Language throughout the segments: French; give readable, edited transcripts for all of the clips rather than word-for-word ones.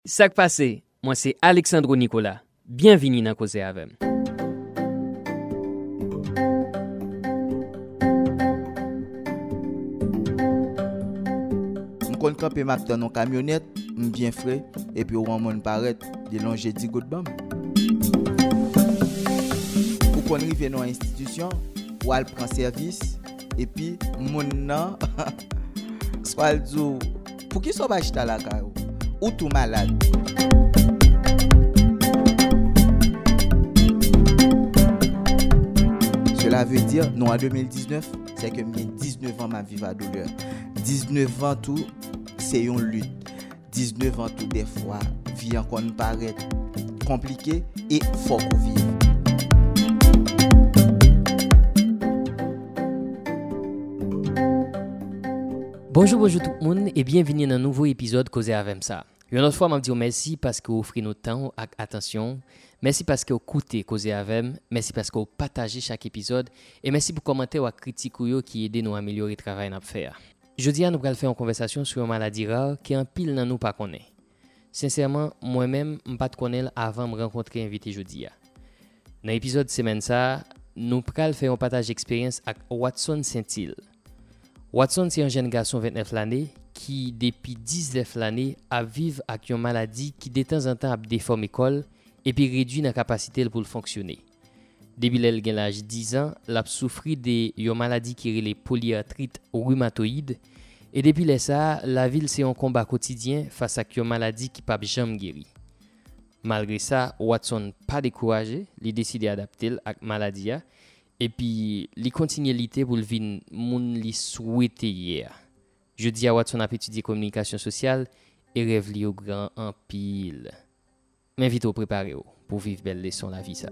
Sak pase, moi c'est Alexandro Nicolas. Bienvenue dans Cause Avec. M'kon camper m'a dans une camionnette, m'vient frais et puis on mon paraît de longer 10 gouttes bam. Ou qu'on rive dans institution, ou elle prend service et puis mon nan soit dit pour qui soit pas acheter la caillou ou tout malade. Cela veut dire, non, en 2019, c'est que j'ai 19 ans ma vie à douleur. 19 ans tout, c'est une lutte. 19 ans tout, des fois, vie encore nous paraît compliquée et faut qu'on vive. Bonjour tout le monde et bienvenue dans un nouveau épisode Cause Avec ça. Une autre fois, je dis merci parce que vous offrez notre temps et attention. Merci parce que vous écoutez Cause Avec. Merci parce que vous partagez chaque épisode. Et merci pour commenter ou critiquer qui aident nous à améliorer le travail que nous faisons. Jeudi, nous allons faire une conversation sur une maladie rare qui en pile dans nous pas connaît. Sincèrement, moi-même, je ne pas connais avant de me rencontrer invité jeudi. Dans l'épisode de semaine, nous allons faire un partage d'expérience avec Watson Saint-Hilaire. Watson, c'est un jeune garçon de 29 l'année qui, depuis 19 l'année, a vécu avec une maladie qui, de temps en temps, a déformé l'école et puis réduit la capacité pour fonctionner. Depuis l'âge de 10 ans, il a souffert d'une maladie qui est les polyarthrite rhumatoïde. Et depuis ça, la ville, c'est un combat quotidien face à une maladie qui ne peut jamais guérir. Malgré ça, Watson n'a pas découragé, il a décidé d'adapter à la maladie. Et puis, les continualités pour le vin, moun li souhaité hier. Je dis à Watson a étudié communication sociale et rêve li au grand en pile. M'invite au préparer pour vivre belle leçon la vie ça.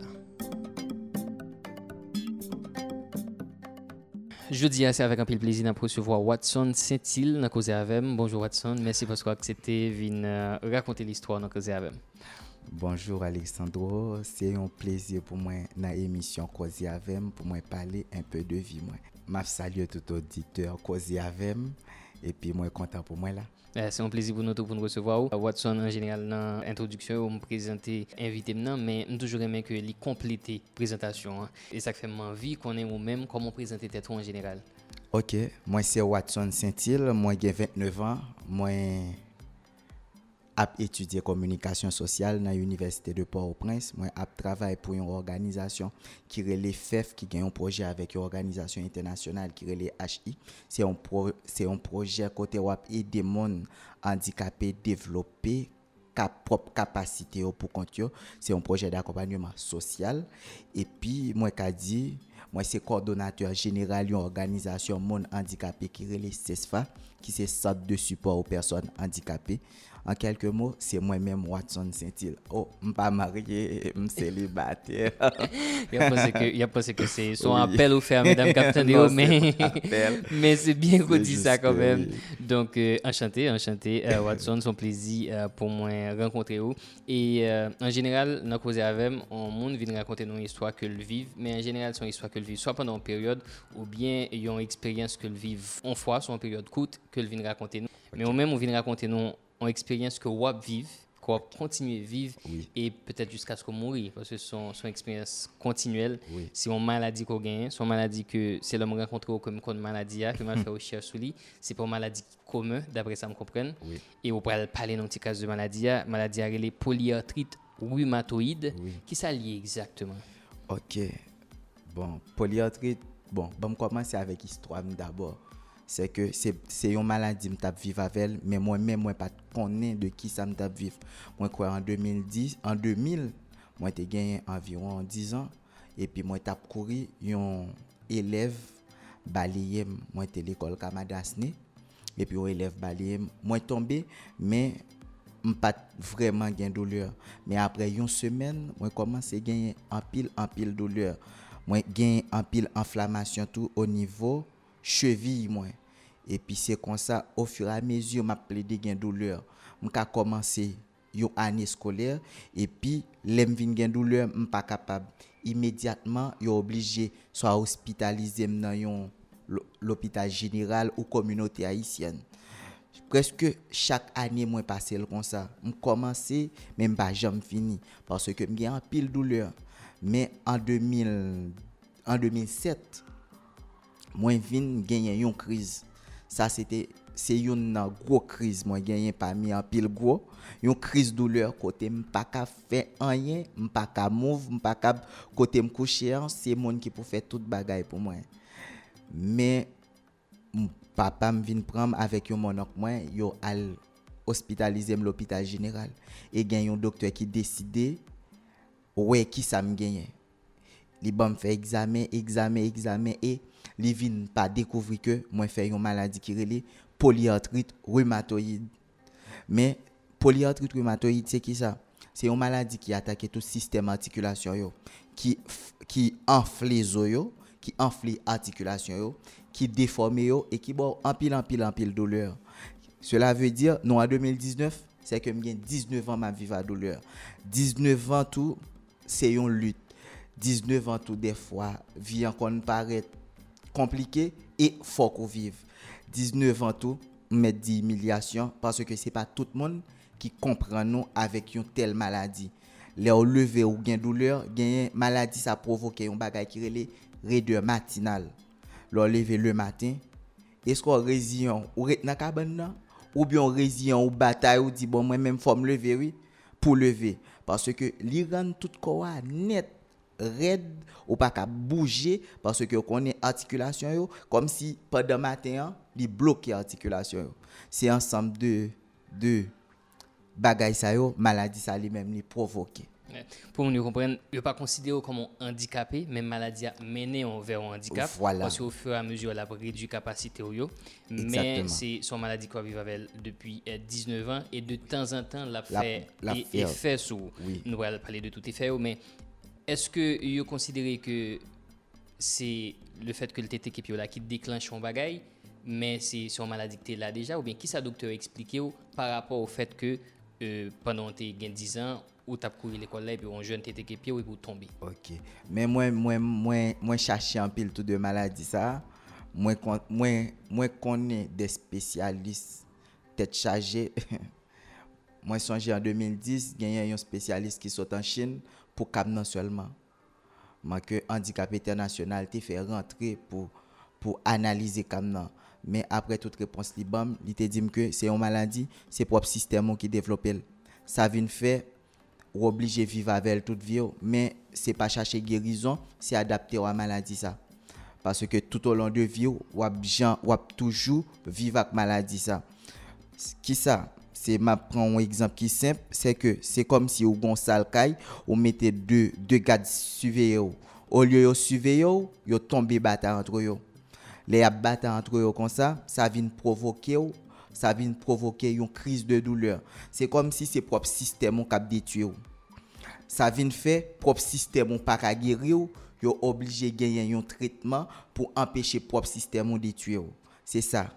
Je dis c'est avec un pile plaisir de recevoir Watson Saint-Hilaire dans Cause Avec. Bonjour Watson, merci parce que accepté venir raconter l'histoire dans Cause Avec. Bonjour Alexandro, c'est un plaisir pour moi dans l'émission Cause Avec pour moi parler un peu de vie moi. Je salue tout auditeur Cause Avec et puis moi content pour moi là. C'est un plaisir pour nous de recevoir Watson en général dans l'introduction où me présenter invité maintenant mais je toujours aimé que les compléter présentation et ça fait envie qu'on ait nous-mêmes comment présenter tête en général. OK, moi c'est Watson Saint-Hilaire, moi j'ai 29 ans, moi j'ai étudié communication sociale dans l'université de Port-au-Prince. Moi j'ai travaillé pour une organisation qui relève FEF qui a un projet avec une organisation internationale qui relève HI. C'est un projet côté où aider les gens handicapés développer propre capacité pour compte. C'est un projet d'accompagnement social et puis moi qu'a dit moi c'est coordonnateur général d'une organisation monde handicapé qui relève CESFA qui c'est centre de support aux personnes handicapées. En quelques mots, c'est moi-même Watson Saint-Hilaire. Oh, je ne suis pas marié, je suis célibataire. Il a pensé que c'est son appel au faire, mesdames, capitaine, mais c'est bien qu'on dit ça quand même. Oui. Donc, enchanté, Watson, son plaisir pour moi rencontrer vous. Et en général, dans Cause Avec, on monde vient raconter une histoire que le vivent, mais en général, c'est une histoire que le vivent soit pendant une période ou bien ils ont une expérience que le vivent en fois, soit une période courte que le vient raconter nous. Okay. Mais au même, on vient raconter nous une expérience que WAP vive, qu'on continue à vivre et peut-être jusqu'à ce qu'on mourit parce que son expérience continuelle. Oui. Si on maladie qu'on gagne, son maladie que c'est l'homme rencontré comme une maladie que m'a fait recherche sur lui, c'est pas une maladie commune d'après ça me comprenne. Oui. Et on pourrait parler dans petit cas de maladie les polyarthrite rhumatoïde qui ça lié exactement. OK. Bon, polyarthrite, bon, on commencer avec l'histoire d'abord. C'est que c'est une maladie que je vivre avec elle, mais moi-même, je ne connais pas de qui ça me vivre. Moi, en 2000, moi, j'ai gagné environ 10 ans, et puis moi, j'ai couru un élève balayé, moi, j'étais à l'école Kamadasne, et puis un élève balayé, moi, tombé, mais je n'ai pas vraiment de douleur. Mais après une semaine, moi, commencé à gagner en pile douleur. Moi, j'ai gagné en pile inflammation tout au niveau cheville moi et puis c'est comme ça au fur et à mesure m'a plaidé gain douleur m'a commencé une année scolaire et puis l'aime vinn gain douleur pas capable immédiatement yo obligé soit hospitaliser dans l'hôpital général ou communauté haïtienne presque chaque année moi passé comme ça me commencer même pas jamais fini parce que me un pile douleur mais en 2007 moi vinn gagner une crise ça c'est une gros crise moi gagner parmi en pile gros une crise douleur côté me pas ka faire rien me pas ka move me pas ka côté me coucher c'est monde qui pour faire toute bagaille pour moi mais papa me vinn prendre avec mon oncle moi yo al hospitaliser l'hôpital général et gagne un docteur qui décidé ouais qui ça me gagne li bon fait examen et li vinn pas découvrir que moi fait une maladie qui relé polyarthrite rhumatoïde mais polyarthrite rhumatoïde c'est qui ça c'est une maladie qui attaque tout système articulation yo qui enfle les os yo qui enfle articulation yo qui déforme yo et qui bon en pile douleur. Cela veut dire non en 2019 c'est que j'ai 19 ans ma vivre à douleur. 19 ans tout c'est une lutte. 19 ans tout des fois vie encore paraît compliqué et faut qu'on vive. 19 ans tout met d'humiliation parce que c'est pas tout le monde qui comprend nous avec une telle maladie. Les lever ou gain douleur, gain maladie ça provoque un bagage qui relève raideur matinale. Leur lever le matin, est-ce qu'on résilient ou dans cabane ou bien résilient ou bataille ou dit bon moi même faut me lever oui pour lever parce que li rend tout corps net raide ou pas qu'à bouger parce que connaît articulation yo comme si pendant matin li bloquer articulation yo c'est ensemble de bagaille ça yo maladie ça lui même li provoquer. Pour nous comprendre, il ne pas considéré comme handicapé, mais maladie a mené vers un handicap. Voilà. Parce qu'au fur et à mesure, elle a réduit la capacité. Mais c'est son maladie qu'on vit avec depuis 19 ans. Et de temps en temps, elle a fait des effets sur. Oui. Nous allons parler de tout effet. Mais est-ce que vous considérez que c'est le fait que le TTK qui déclenche son bagaille, mais c'est son maladie qui est là déjà? Ou bien qui ça docteur expliqué par rapport au fait que pendant tes 10 ans, ou t'as couru l'école là et puis on jeune t'étais pied ou pour tomber. OK. Mais moi chercher un pile tout de maladie ça. Moi connais des spécialistes tête chargée. Moi songe en 2010, gagné un spécialiste qui sort en Chine pour Camnan seulement. Moi que handicap international t'ai fait rentrer pour analyser Camnan. Mais après toute réponse libam, il te dit que c'est une maladie, c'est propre système qui développe. Ça vient faire ou obligé vivre avec elle toute vie mais c'est pas chercher guérison c'est adapter à la maladie ça parce que tout au long de vie ou toujours vivre avec maladie ça qui ça c'est m'a prend un exemple qui simple c'est que c'est comme si ou gon sale caille ou mettez deux gardes surveiller au lieu de surveiller yo tomber bataille entre eux les bataille entre eux comme ça vient provoquer une crise de douleur. C'est comme si c'est propre système qui a détruit. Ça vient faire propre système pas à guérir, yo obligé gagner un traitement pour empêcher propre système de détruire. C'est ça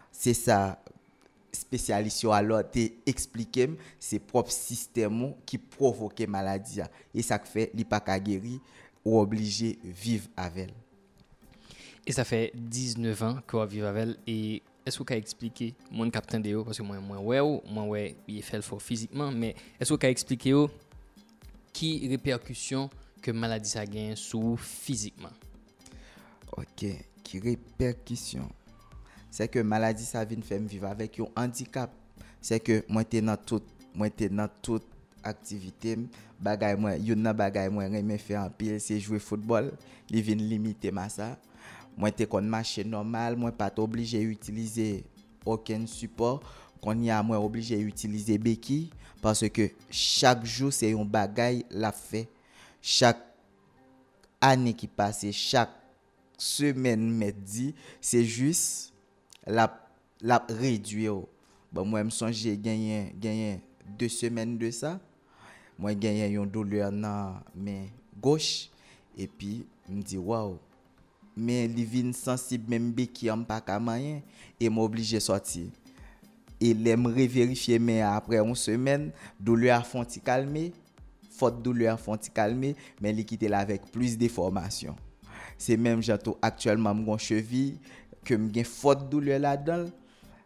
spécialiste alors expliquer c'est propre système qui provoque maladie et ça fait li pas à guérir ou obligé vivre avec elle. Et ça fait 19 ans qu'on vit avec elle et est-ce que vous pouvez expliquer mon capitaine de parce que moi il fait fort physiquement mais est-ce que vous pouvez expliquer qui répercussions que maladie ça gagne sur physiquement? OK, qui répercussion. C'est que maladie ça vient faire vivre avec un handicap. C'est que moi t'es dans toute activité bagay moi yon bagay moi aime faire en pile c'est jouer football, il vient limiter ma ça. Moi t'es kon marcher normal, moi pas obligé utiliser aucun support, qu'on y a moi obligé utiliser béquille parce que chaque jour c'est un bagay la fait. Chaque année qui passe, chaque semaine midi, c'est juste la réduire. Bon moi me songe gagner 2 semaines de ça. Moi gagner une douleur dans main gauche et puis me dit waouh mais li vinn sensible même béki am pas moyen et m'obligé sortir et l'aime vérifier mais après une semaine douleur font calmer faute douleur font calmer mais li quitter là avec plus de formation c'est même j'attends actuellement mon cheville que me gain faute douleur là-dedans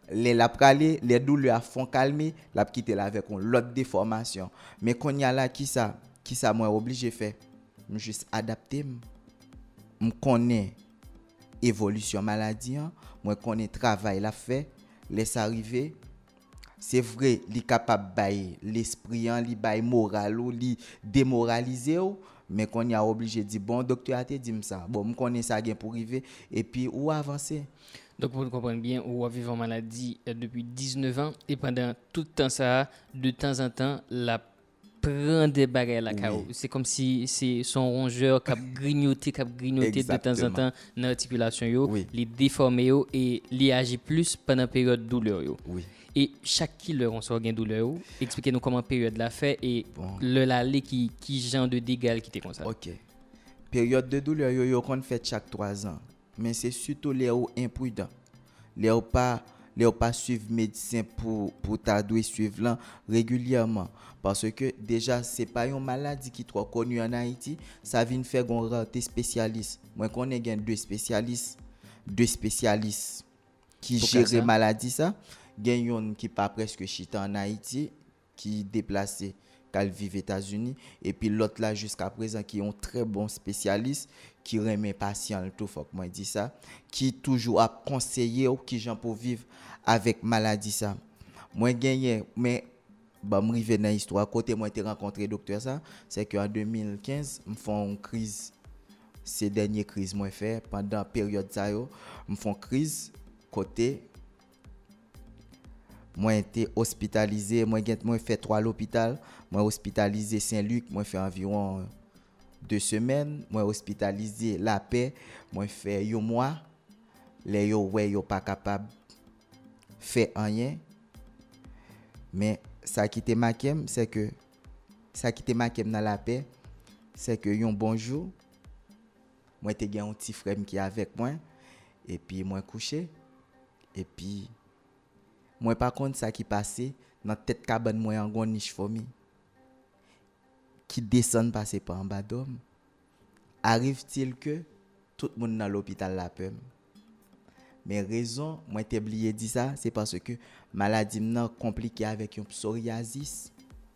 les douleurs font calmer, l'a quitter là avec l'autre déformation. Mais quand y a là qui ça moi obligé faire, juste adapter, me connais évolution maladie, moi connais travail la fait, laisse arriver. C'est vrai, li capable bailler l'esprit, li bailler moral ou li démoraliser ou, mais qu'on y a obligé de dire bon docteur a te dit ça. Bon, me connais ça gain pour arriver et puis ou avancer. Donc, pour comprendre bien, on vit en maladie depuis 19 ans et pendant tout le temps, ça, de temps en temps, la prend des barrières la oui. C'est comme si c'est son rongeur qui a grignoté de temps en temps dans l'articulation, oui. Les déformé et les agit plus pendant la période douleur. Oui. Et chaque killer, on sort gain douleur. Expliquez-nous comment la période l'a fait et le l'aller qui genre de dégâts qui était comme ça. OK. Période de douleur, yo qu'on fait chaque 3 ans. Mais c'est surtout les imprudents. Les pas suivre médecin pour ta doit suivre là régulièrement parce que déjà c'est pas une maladie qui trop connue en Haïti, ça vient faire gon raté spécialiste. Moi connais gain deux spécialistes qui gèrent maladie ça, gain yon qui pas presque chita en Haïti qui déplacé qu'elle vivent aux États-Unis et puis l'autre là jusqu'à présent qui ont très bon spécialiste qui remet patient tout faut que moi dit ça qui toujours a conseiller ou qui gens pour vivre avec maladie ça moi gagné mais bah me rive dans histoire côté moi été rencontré docteur ça c'est que en 2015 me font une crise ces dernières crises moi fait pendant période ça yo me font crise côté moi été hospitalisé moi fait 3 à l'hôpital moi hospitalisé Saint-Luc moi fait environ 2 semaines moi hospitalisé La Paix moi fait un mois les yo pas capable faire rien mais ça qui était makem c'est que dans La Paix c'est que un bonjour moi était gain un petit frère qui est avec moi et puis moi couché et puis moi par contre ça qui passait dans tête cabane moi en gon niche fourmi qui descend passer par en bas d'homme arrive-t-il que tout le monde dans l'hôpital la peur mais raison moi t'ai oublié dit ça c'est parce que maladie nan compliquée avec un psoriasis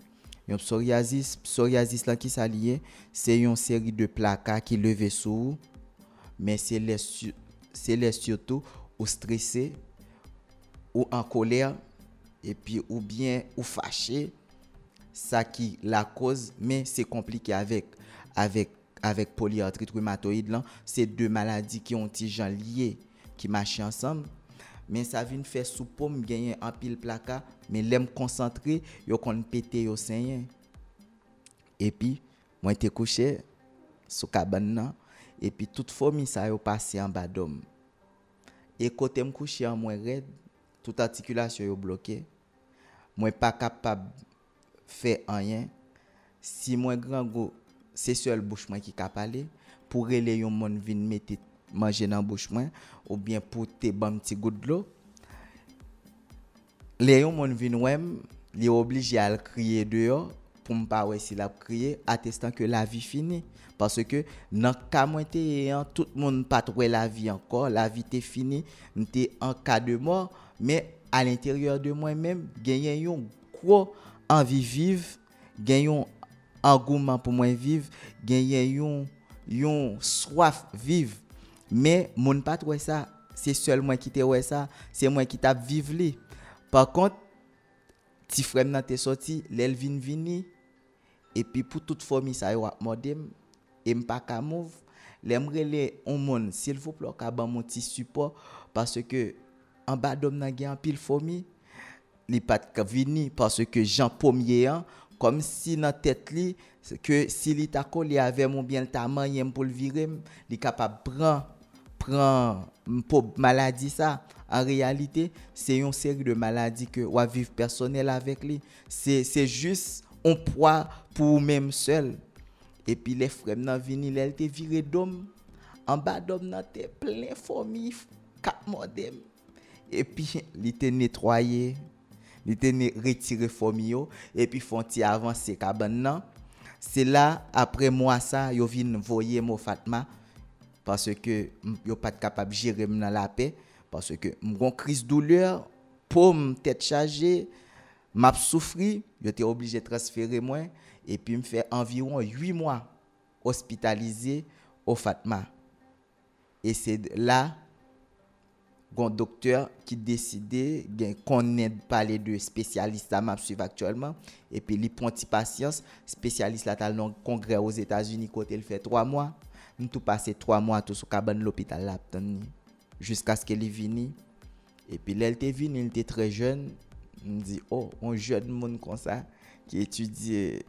là qui s'allié c'est une série de plaques qui levait sous mais c'est les surtout ou stressé ou en colère et puis ou bien ou fâché ça qui la cause mais c'est compliqué avec polyarthrite rhumatoïde là c'est deux maladies qui ont des gens liés qui marchent ensemble mais ça vient faire sous pomme gagner en pile placa mais l'aime concentré yo kon pété yo saigner et puis moi était couché sous cabane là et puis toute fourmi ça yo passé en bas d'homme et côté me couché en moins raide toute articulation yo bloqué moi pas capable faire rien si moi grand go c'est seul bouche moi qui capable parler pour reler yon monde vinn mettre manger dans bouche moi ou bien pour te ban petit goutte d'eau les yon monde vinn wem li obligé à crier dehors pour me pas ouais s'il a crié attestant que la vie finie parce que dans cas moi tout le monde pas trouver la vie encore la vie t'est finie m'était en cas de mort mais à l'intérieur de moi-même gagner yon gros envie vivre gagner engouement pour moi vivre gagner yon soif vivre mais mon pas trouver ça c'est seul moi qui te ouais ça c'est moi qui t'a vivre li par contre petit frère nan t'es sorti l'elvin vini et puis pour toute famille ça yo modem et m'pas ka move l'aimerait on monde s'il vous plaît ka ban mon petit support parce que en bas d'homme nan gen pile famille li pat vini parce que Jean Pommier comme si dans tête li que si li ta collé avec mon bien ta moyen pour le virer li capable prend pour maladie ça en réalité c'est une série de maladies que ou vivre personnel avec lui c'est juste un poids pour même seul et puis les frères nan vini elle te viré d'homme en bas d'homme nan te plein fourmi cap modem et puis il te nettoyé il te retiré fourmi et puis font ti avancer cabane nan c'est là après moi ça yo vinn voyer mo Fatma parce que yo pas capable gérer dans la paix parce que m'gon crise douleur paume tête chargée, m'a souffri, j'étais obligé de transférer moi et puis me fait environ 8 mois hospitalisé au Fatma. Et c'est là un docteur qui décidait qu'on ait parlé de spécialiste à m'a suivre actuellement et puis il prend patience spécialiste là dans le congrès aux États-Unis côté il fait 3 mois nous tout passé 3 mois tout sur cabane l'hôpital là jusqu'à ce qu'il vienne et puis là il était venu il était très jeune me dit oh un jeune monde comme ça qui étudie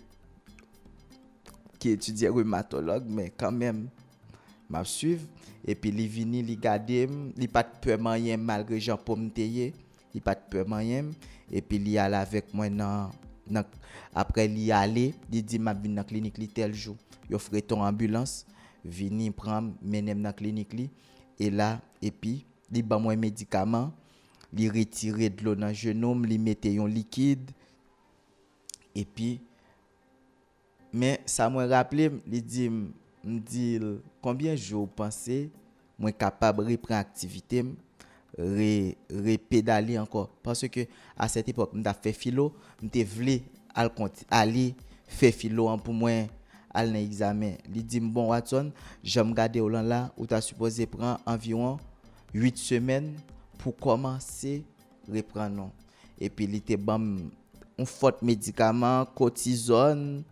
rhumatologue mais quand même m'a suivre et puis il vini il garder il pas de peur rien malgré Jean Pomteye il pas de peur rien et puis il allait avec moi dans après il aller il dit m'a vinn dans clinique li tel jour il offre ton ambulance vini prendre mener dans clinique li et là et puis il ba moi médicament il retirer de l'eau dans genou il mettait un liquide et puis mais ça me rappelé il dit me dit combien jours pensez moi capable reprendre activité pédaler encore parce que à cette époque m'ta fait philo m'te voulu aller faire philo pour moi aller dans examen il dit bon Watson j'aime garder au là où tu supposé prendre environ 8 semaines pour commencer reprendre et puis il était bon un fort médicament cortisone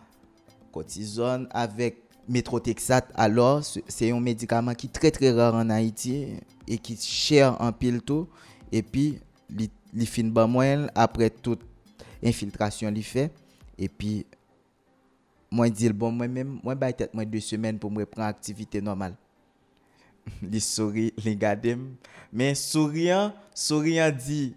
avec méthotrexate. Alors c'est un médicament qui est très très rare en Haïti et qui est cher en pile tout et puis il fin ban moi après toute infiltration li fait et puis moi dit bon moi même moi ba tête moi 2 semaines pour me reprendre activité normale. Il sourit les garder mais souriant dit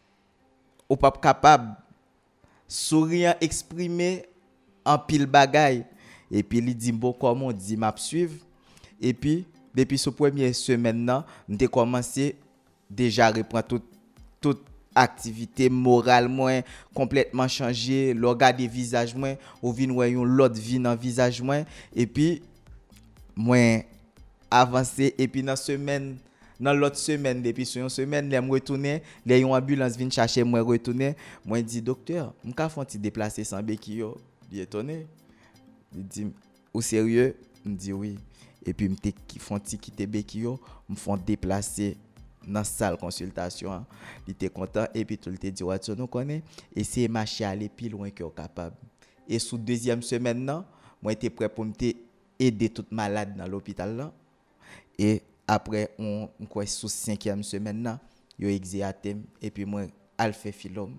ou pas capable souriant exprimer en pile bagaille et puis il dit bon comment dit m'a suivre et puis depuis ce première semaine là m'ai commencé déjà reprendre toute activité morale moins complètement changé le regarder visage moins ou vinn ouais l'autre vie dans visage moins et puis moins avancé et puis dans l'autre semaine depuis une semaine les me retourner les une ambulance vient chercher moi retourner moi dit docteur m'ka font-il déplacer sans béquille yo il étonné il dit au sérieux me dit oui et puis m'te font-il quitter béquille yo me font déplacer dans salle consultation il était content et puis tout le dit Watson nous connaît essayer marcher aller plus loin que capable et sous deuxième semaine là moi était prêt pour m'te aider toute malade dans l'hôpital là et après on quoi sous cinquième semaine là yo exéatem et puis moi al fait philom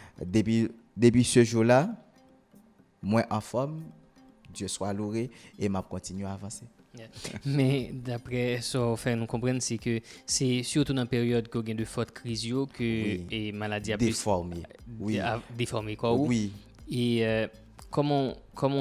depuis ce jour là moi en forme Dieu soit loué et m'a continué à avancer. Yeah. Mais d'après ça fait nous comprendre c'est que c'est surtout dans période qu'on gagne de fortes crises que oui. et maladie a déformé oui déformé quoi oui et comment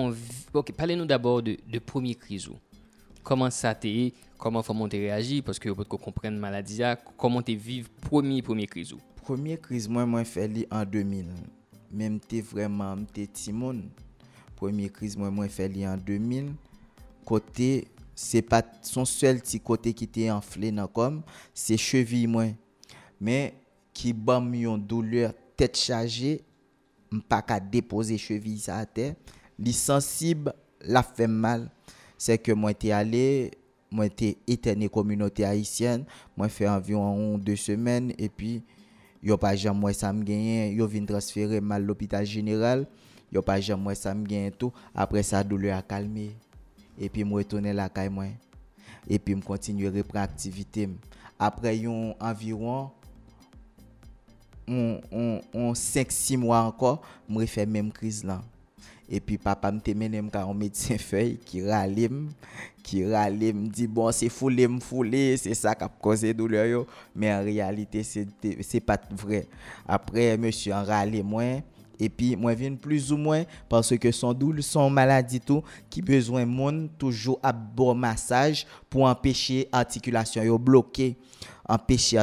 OK parlez-nous d'abord de première crise comment ça t'est comment faut monter réagir parce que pour comprendre maladie comment t'es vivre première crise première crise moi fait li en 2000 même t'es vraiment t'es timon première crise moi fait li en 2000 côté c'est pas son seul petit côté qui était enflé dans comme c'est cheville moi mais qui bam yon douleur tête chargée pas qu'à déposer cheville ça à terre li sensible la fait mal c'est que moi était éterné communauté haïtienne moi fait environ 2 semaines et puis yo pas jamais moi ça me gagné yo vinn transférer mal l'hôpital général yo pas jamais moi ça me gagné tout après ça douleur a calmé et puis moi retourner la caille moi et puis me continuer reprendre activité après environ on 5-6 mois encore me refait même crise là et puis papa me mené me un médecin feuille qui râler me dit bon c'est foulé c'est ça qui a causé douleur yo mais en réalité c'est pas vrai après monsieur en râler moins et puis moi viens plus ou moins parce que son maladie tout qui besoin monde toujours à bon massage pour empêcher articulation yo bloqué empêcher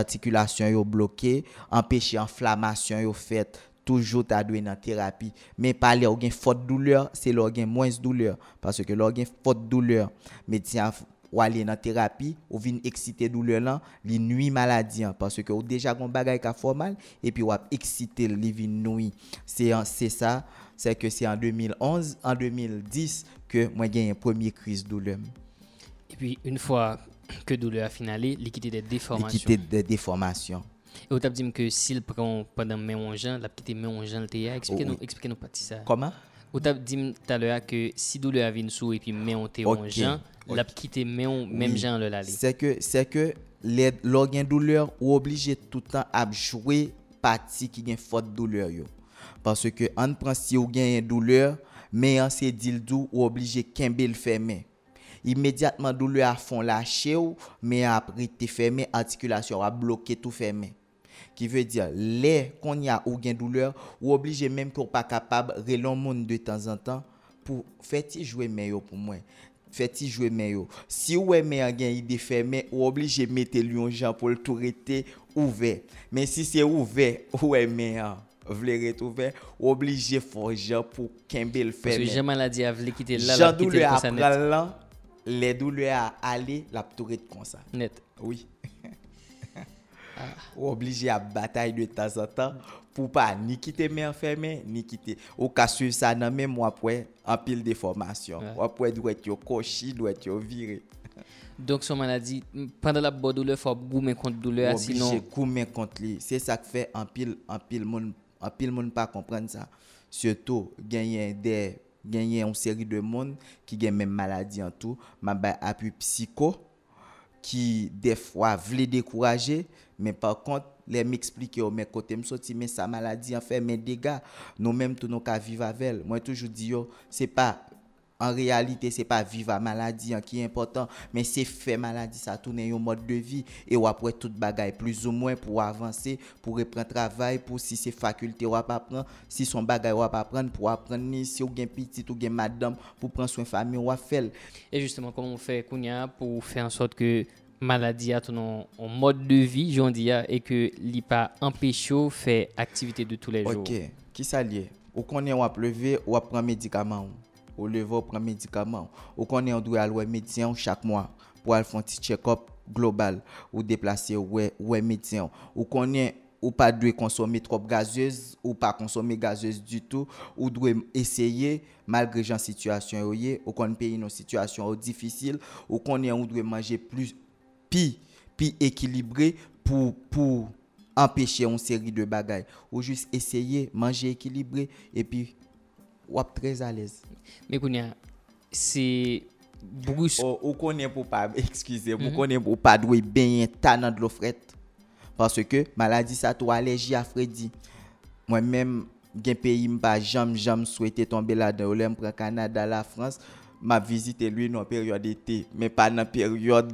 inflammation yo fait toujours ta doué dans thérapie mais pas l'organe forte douleur c'est l'organe moins douleur parce que l'organe forte douleur médecin ou aller dans thérapie ou vinn exciter douleur là li nuit maladie parce que ou déjà gon bagay ka formal et puis ou a exciter li vinn nuit c'est ça c'est que c'est en 2011 en 2010 que moi gagne une première crise douleur et puis une fois que douleur a finalé il quitte des déformations et vous avez dit que s'il prend pendant mélangeant la petite mélangeant expliquez-nous pas ça comment vous avez dit tout à l'heure que si douleur vient sous et puis mélangeant la petite même genre le l'aller c'est que les l'organe douleur ou obligé tout le temps à jouer partie qui gagne forte douleur yo parce que on prend si ou gagne douleur mais en c'est dildou ou obligé kembe le fermer immédiatement douleur à fond lâcher ou mais après te fermer articulation a bloquer tout fermer qui veut dire les qu'on y a ou gain douleur ou obligé même qu'on pas capable relon monde de temps en temps pour faire jouer meilleur pour moi fait-il jouer meilleur si ou est meilleur gain idée fermé ou obligé mettre lui en gens pour le tout rester ouvert mais si c'est ouvert ou est meilleur vle retrouver obligé forger pour kembe le fermer parce que j'ai maladie à vle quitter là la quitter comme ça net les douleurs à aller la tout rester comme ça net oui ou obligé à bataille de temps en temps pour pas ni quitter mais enfermé ni quitter au cas suivre ça dans même mois après en pile de formation après doit être coaché doit être viré donc son maladie pendant la bonne douleur faut goumer contre douleur sinon obligé goumer contre lui c'est ça que fait en pile monde pas comprendre ça surtout gagner une série de monde qui gagne même maladie en tout m'a appui psycho qui des fois veulent décourager mais par contre les m'expliquer au mes côté me sorti mais sa maladie en fait mes dégâts nous même tout nous ca vivre avec elle moi toujours dis yo c'est pas en réalité c'est pas vivre à maladie qui est important mais c'est faire maladie ça tourner un mode de vie et ou après toute bagaille plus ou moins pour avancer pour reprendre travail pour si c'est faculté ou pas prendre si son bagaille ou pas prendre pour apprendre ni si ou gain petit ou gain madame pour prendre soin famille ou faire et justement comment on fait kounya pour faire en sorte que maladie a ton mode de vie j'en dis et que li pas empêcher faire activité de tous les jours OK qui ça lié ou connaît ou lever ou prendre médicament ou lever prendre médicament ou connaît on doit aller médecin chaque mois pour aller faire un petit check-up global ou déplacer ouais médecin ou connaît ou pas doit consommer trop gazeuse ou pas consommer gazeuse du tout ou doit essayer malgré genre situation ou qu'on paye une situation difficile ou connaît on doit manger plus puis équilibré pour empêcher une série de bagailles ou juste essayer manger équilibré et puis ou très à l'aise mais kounya c'est Bruce ou connaît pour pas excusez vous connaît pour pas doit bien dans de l'eau frette parce que maladie ça toi allergie à Freddy moi même gen pays m'pas jamais souhaité tomber là-dedans ou l'aime prend Canada la France m'a visité lui dans période d'été mais pas dans période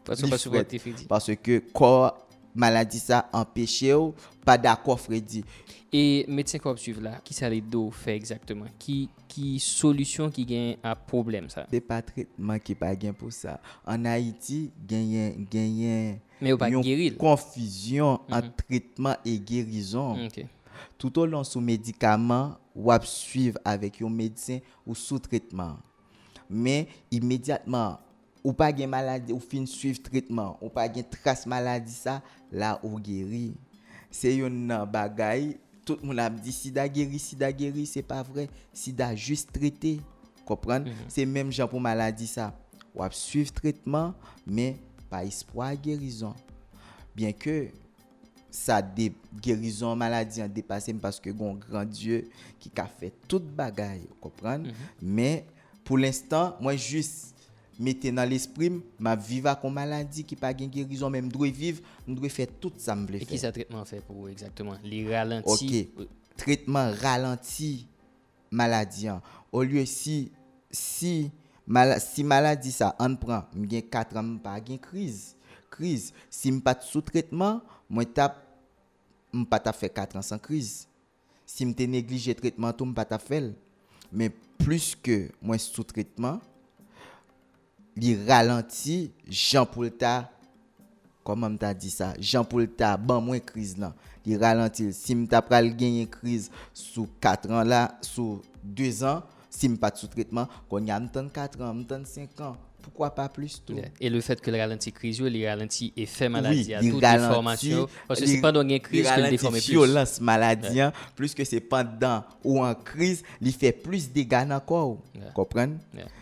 parce que corps maladie ça empêché ou pas d'accord Freddy et médecin qu'on suivre là qui ça les do fait exactement qui solution qui gagne à problème ça c'est pas traitement qui pas gain pour ça en Haïti gagne mais pas guérir confusion entre traitement et guérison tout au long sous médicament ou à suivre avec un médecin ou sous traitement mais immédiatement ou pas gen maladie ou fin suivre traitement ou pas gen trace maladie ça là ou guéri c'est une bagaille tout le monde a dit sida guéri c'est pas vrai sida juste traité comprendre c'est même genre pour maladie ça ou à suivre traitement mais pas espoir guérison bien que ça guérison maladie en dépassé parce que gon grand Dieu qui a fait toute bagaille comprendre mais pour l'instant moi juste mettez dans l'esprit ma vivre comme maladie qui pas guérison même doit vivre doit faire tout ça me faire. Et qui ça traitement fait pour exactement les ralentir traitement ralenti maladie au lieu si maladie ça on prend me 4 ans pas gain crise si me pas sous traitement moi pas ta fait 4 ans sans crise si me négligé traitement tout me pas ta fait mais plus que moi sous traitement li ralenti Jean Paulta comment m'ta dit ça Jean Paulta ban moins crise là il ralenti si m'ta pral gagner crise sous 4 ans là sous 2 ans Si je pas sous traitement, qu'on y a 4 ans, 5 ans, pourquoi pas plus tout? Et le fait que le ralenti crise, il ralentit effet maladie Oui, à il toute ralentit, déformation. Parce que c'est pas dans une crise que le déforme plus. Violence maladie, plus que c'est pendant ou en crise, il fait plus de dégâts encore. Comprenez?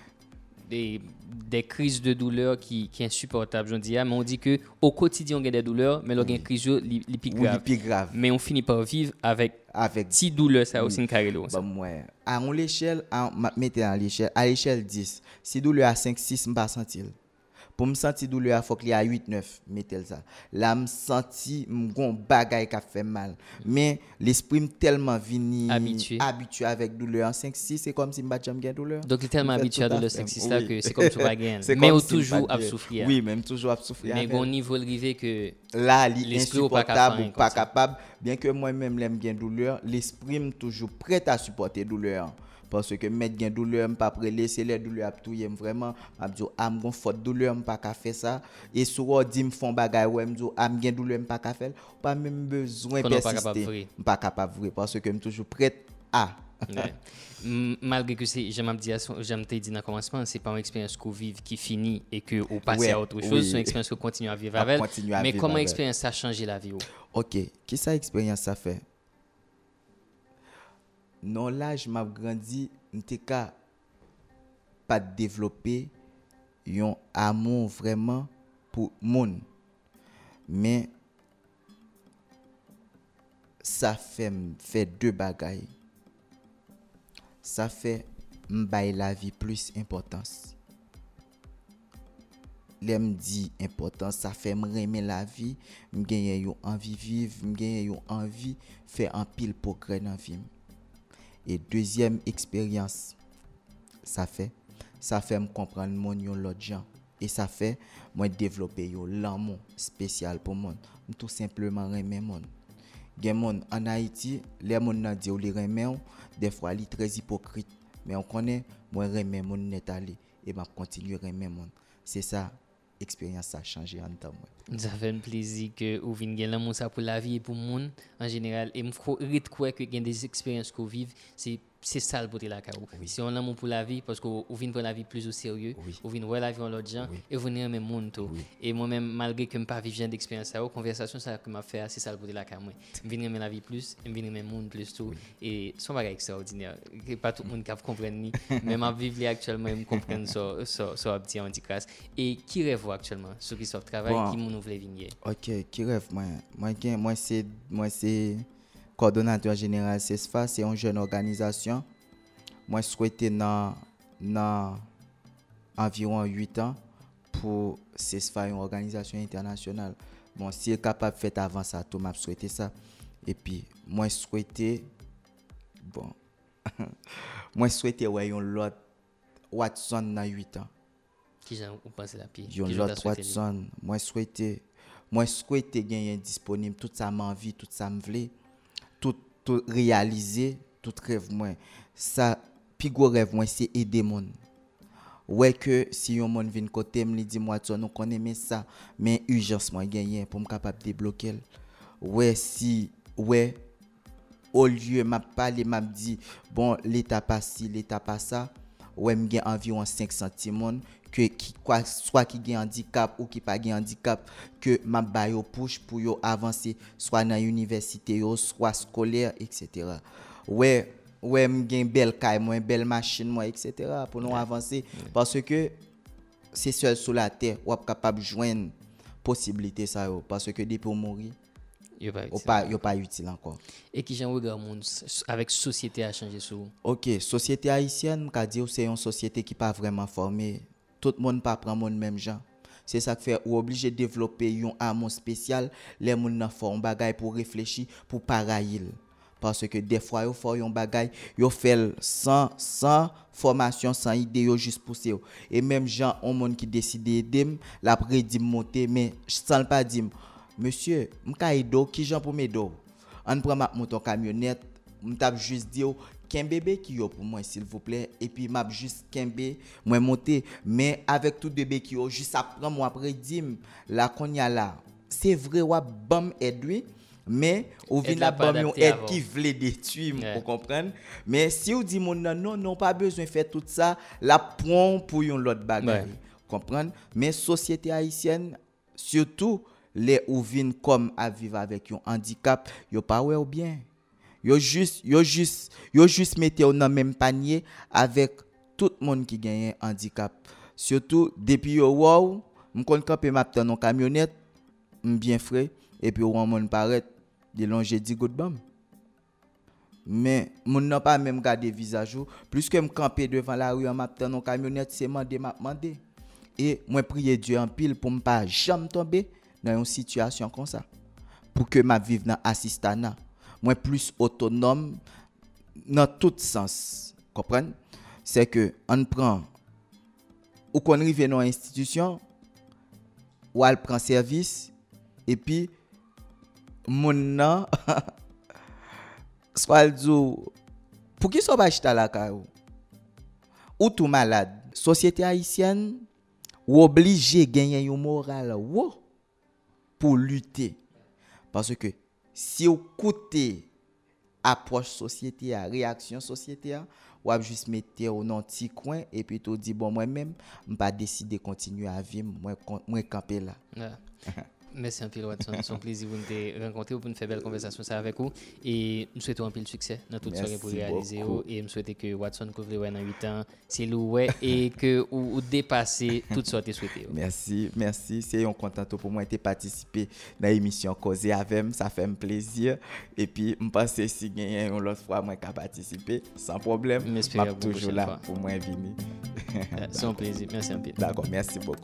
Des crises de douleur qui sont insupportables, je dis, mais on dit que au quotidien on a des douleurs, mais l'organe crise les plus grave. Mais on finit par vivre avec petite douleur ça aussi une carré-lo. Bon moi, à l'échelle, mettez à l'échelle 10. Si douleur à 5 6, me pas sentir. Pour me sentir douleur, il faut qu'il y a 8 9, mettez ça. Là me senti m'gon bagay qui fait mal. Mais l'esprit tellement vini habitué avec douleur en 5 6, c'est comme si me jamais gain douleur. Donc il est tellement habitué à douleur 5 6 là que c'est comme tu vas gagner. Mais on toujours à souffrir. Oui, même toujours à souffrir. Mais au niveau arrivé que là l'esprit insupportable pas capable, bien que moi-même l'aime bien douleur, l'esprit toujours prêt à supporter douleur. Parce que mettre gain douleur me pas laisser les douleurs à touyer vraiment m'a dit am gon faute douleur me pas ka faire ça et souvent dit me font bagay ouais me dit am gain douleur me pas ka faire pas même besoin persister pas capable vrai parce que me toujours prêt à malgré que c'est j'aime te dit dans le commencement c'est pas une expérience qu'on vive qui finit et que on passe à autre chose, c'est une expérience qu'on continue à vivre avec. Mais comment expérience ça a changé la vie? OK, qui ça expérience ça fait? Non, là, je m'a grandi, n'était qu'à pas développer un amour vraiment pour monde. Mais ça fait deux bagailles. Ça fait m'bailler la vie plus importance. L'aime dit importance, ça fait m'aimer la vie, m'gagner envie vivre, m'gagner envie faire un pile progrès dans la vie. Et deuxième expérience, ça fait me comprendre mon l'autre gens et ça fait moi développer l'amour spécial pour monde, tout simplement aimer monde. Gen monde en Haïti, les monde nan di ou li aimer, des fois li très hypocrite, mais on connaît moi aimer monde net aller et m'a continuer aimer monde. C'est ça expérience ça a changé en temps moi. Ça fait un plaisir que ou vinn gen l'amour ça pour la vie et pour monde en général et me croire que gen des expériences qu'on vive c'est ça le beauté la carou. Si on l'amour pour la vie parce qu'on vient prendre la vie plus au sérieux, on vient voir la vie en l'autre gens et on vient même monde tout. Et moi-même malgré que me pas vivre d'expérience ça conversation ça que m'a fait c'est ça le beauté la carou. Je viens aimer la vie plus, je viens aimer monde plus tout et son bagage extraordinaire. Pas tout le monde capable comprendre ni mais m'a vivre actuellement me comprendre ça petit handicap et qui rêve actuellement ceux qui sortent travail qui nous voulait venir. OK, qui rêve moi c'est coordonnateur général CESFA, c'est une jeune organisation. Moi, je souhaitais dans environ 8 ans pour CESFA, une organisation internationale. Bon, si est capable de faire avant ça, tout m'a souhaité ça. Et puis, moi, je souhaitais, ouais, un lot Watson dans 8 ans. Qui j'en pense la pire? Un lot Watson. Moi, je souhaitais gagner disponible tout ça m'envie, tout ça me voulait. Tout réaliser, tout rêve moi. Ça, plus gros rêve moi, c'est aider monde. Ouais que si un monde vient côté me dit moi tu nous connais ça, mais urgence moi gagner pour me capable débloquer. Ouais au lieu m'a parler m'a dit bon l'état pas ci, l'état pas ça. Ouais me gagne environ 5 centimes soit qui gagne handicap ou qui pas gagne handicap que m'a bail au push pour yo avancer soit dans université yo soit scolaire etc. Ouais me gagne belle caille moi belle machine moi etc. pour nous avancer parce que c'est seul sur la terre ou capable joindre possibilité ça yo parce que depuis pour mourir yo pas utile encore. Et qui j'en regarde monde avec société a changé sur. OK, société haïtienne qu'a dire c'est une société qui pas vraiment formée. Tout le monde pas prend monde même gens. C'est ça qui fait ou obligé de développer un amour spécial, les monde nan font bagay pour réfléchir pour parailler. Parce que des fois yo font un bagay, yo fait sans formation, sans idée yo juste pousser. Et même gens on monde qui décide d'aider, la prédit monter mais sans pas dire monsieur, m'ka aido qui gens pour m'aider. On prend ma moto camionnette, m't'a juste dit qu'un bébé qui yo pour moi s'il vous plaît et puis m'a juste kembe moi monter mais avec tout bébé qui yo juste après moi après dim la konya là c'est vrai wa bam aide mais ou vient Aide la là pas bonne adapté aide avant. qui veut détruire, Ouais. vous comprenez? Mais si vous dit mon non pas besoin de faire tout ça, la prend pour une autre bagaille. Ouais. Comprendre? Mais société haïtienne surtout les ou viennent comme à vivre avec un handicap, yo pas ouais ou bien. Yo juste mettez au dans même panier avec tout le monde qui gagne un handicap. Surtout depuis yo wow, me kon camper m'a dans camionnette, bien frais et puis on monde paraît de longer 10 gouttes bam. Mais mon n'a pas même garder visage ou plus que me camper devant la rue en m'a dans camionnette, c'est m'a demander. Et moi prier Dieu en pile pour me pas jamais tomber dans une situation comme ça. Pour que ma vive dans assistana, moi plus autonome dans tout sens. Comprendre? C'est que on prend ou qu'on arrive dans une institution ou elle prend service et puis mon nan soit elle dit pour qui soit pas chita la caillou ou tout malade. Société haïtienne ou obligé gagner un moral pour lutter parce que si vous coûtez approche société à réaction société ou juste mettre au non petit coin et puis tu dis bon moi-même je pas décider continuer à vivre moi camper là. Ouais. Merci un peu Watson, c'est un plaisir de vous rencontrer pour une faire belle conversation ça avec vous et nous souhaitons un peu de succès dans toute soirée pour réaliser et nous souhaitons que Watson couvre dans 8 ans, c'est loué et que vous dépassez toutes sortes de souhaiter. Merci, c'est un content pour moi de participer dans l'émission Causer avec, ça fait un plaisir et puis je pense que si gagner une autre fois moi capable participer sans problème, je suis toujours là pour moi venir. C'est un plaisir, merci un peu. D'accord, merci beaucoup.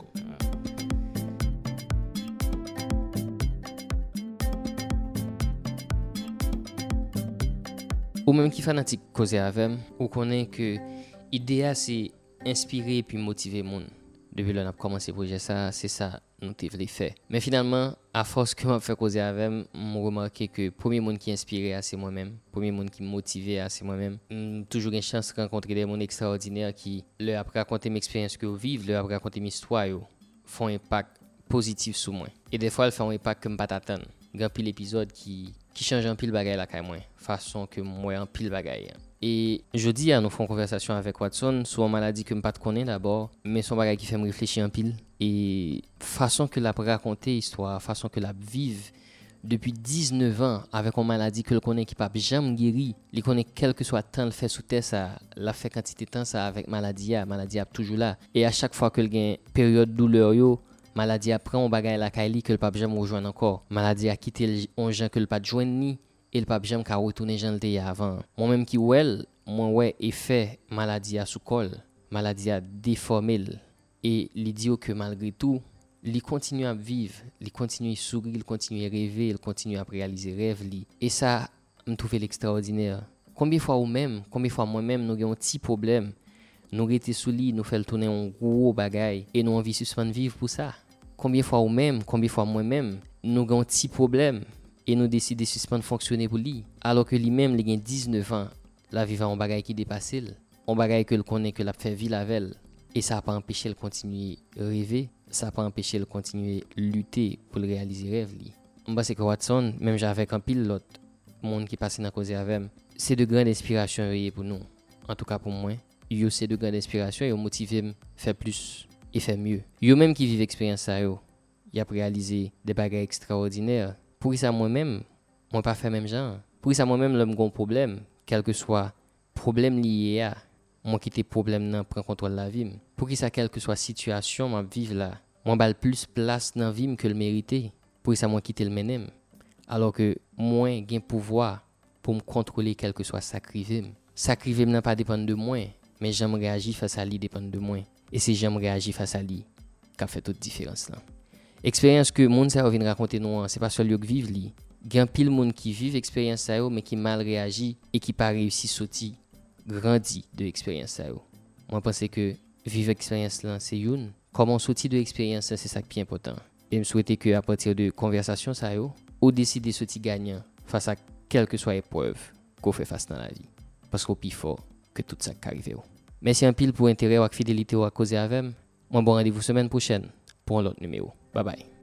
Ou même qui fanatique causer avec, ou connaît que l'idée c'est inspirer et puis motiver les gens. Depuis qu'on a commencé le projet, c'est ça nous devons faire. Mais finalement, à force que je fais causer avec, j'ai remarqué que le premier monde qui inspiré, c'est moi-même. Le premier monde qui motivé, c'est moi-même. J'ai toujours une chance de rencontrer des gens extraordinaires qui, leur après raconter mes expériences que je vis, leur après raconter mes histoires, font un impact positif sur moi. Et des fois, elles font un impact que je ne peux pas attendre. Il y a un pile épisode qui change un pile bagaille là quand moi, façon que moi un pile bagaille. Et jeudi, nous faisons une conversation avec Watson sur une maladie que je ne connais pas d'abord, mais son bagaille qui fait me réfléchir un pile. Et façon que l'a raconter histoire, façon que l'a vive depuis 19 ans avec une maladie que le connaît qui pas jamais guéri, il connaît quel que soit le temps le fait sous terre ça, l'a fait quantité de temps ça avec maladie a toujours là. Et à chaque fois que il gagne période douleur yo, maladie a prend on bagaille la kaili que le pape jamais rejoindre encore. Maladie a quitté on gens que le pas joindre ni et le pape jamais ka retourner gens le avant. Moi même qui well, moi ouais effet maladie a sous col, maladie a déformé et il dit que malgré tout, il continue à vivre, il continue à sourire, il continue à rêver, il continue à réaliser rêve li. Et ça me trouve l'extraordinaire. Combien de fois moi-même nous avons un petit problème, nous rester sous lit, nous faire tourner un gros bagaille et nous envie suspendre vivre pour ça. Combien de fois moi-même, nous avons un petit problème et nous décidons de suspendre fonctionner pour lui. Alors que lui-même, il a 19 ans, la vivre un bagaille qui dépasse, un bagaille que le connaît, que l'a fait vivre la veille. Et ça n'a pas empêché de continuer à rêver, ça n'a pas empêché de continuer à lutter pour réaliser rêve. Je pense que Watson, même j'avais un pilote, monde qui passe dans cause avec, c'est de grandes inspirations pour nous. En tout cas pour moi, c'est de grandes inspirations et motivé à faire plus et faire mieux. Yo même qui vivent l'expérience ça yo, y a réalisé des bagages extraordinaires. Pour ça moi-même, moi pas faire même genre. Pour ça moi-même l'homme gon problème, quel que soit problème lié à moi qui tes problème nan prend contrôle la vie. Pour ça quelle que soit situation m'a vivre là, moi bal plus place dans vie que le mériter. Pour ça moi quitter le menem. Alors que moi gain pouvoir pour me contrôler quel que soit sacrifié. Sacrifié n'a pas dépendre de moi, mais j'aime réagir face à lui dépend de moi. Et c'est j'aime réagir face à lui qui fait toute différence là. Expérience que monde ça vient raconter nous, c'est pas seulement que vivre li. Gan pile monde qui vivent expérience ça mais qui mal réagit et qui pas réussi sortir grandi de expérience ça. Moi pense que vivre expérience là c'est une comment sortir de expérience c'est ça qui est important. Et me souhaiter que à partir de conversation ça ou décider sortir gagnant face à quelle que soit épreuve qu'on fait face dans la vie parce qu'au plus fort que tout ça qui arrive. Merci un pile pour intérêt ou fidélité ou à causer avec. Moi bon rendez-vous semaine prochaine pour un autre numéro. Bye bye.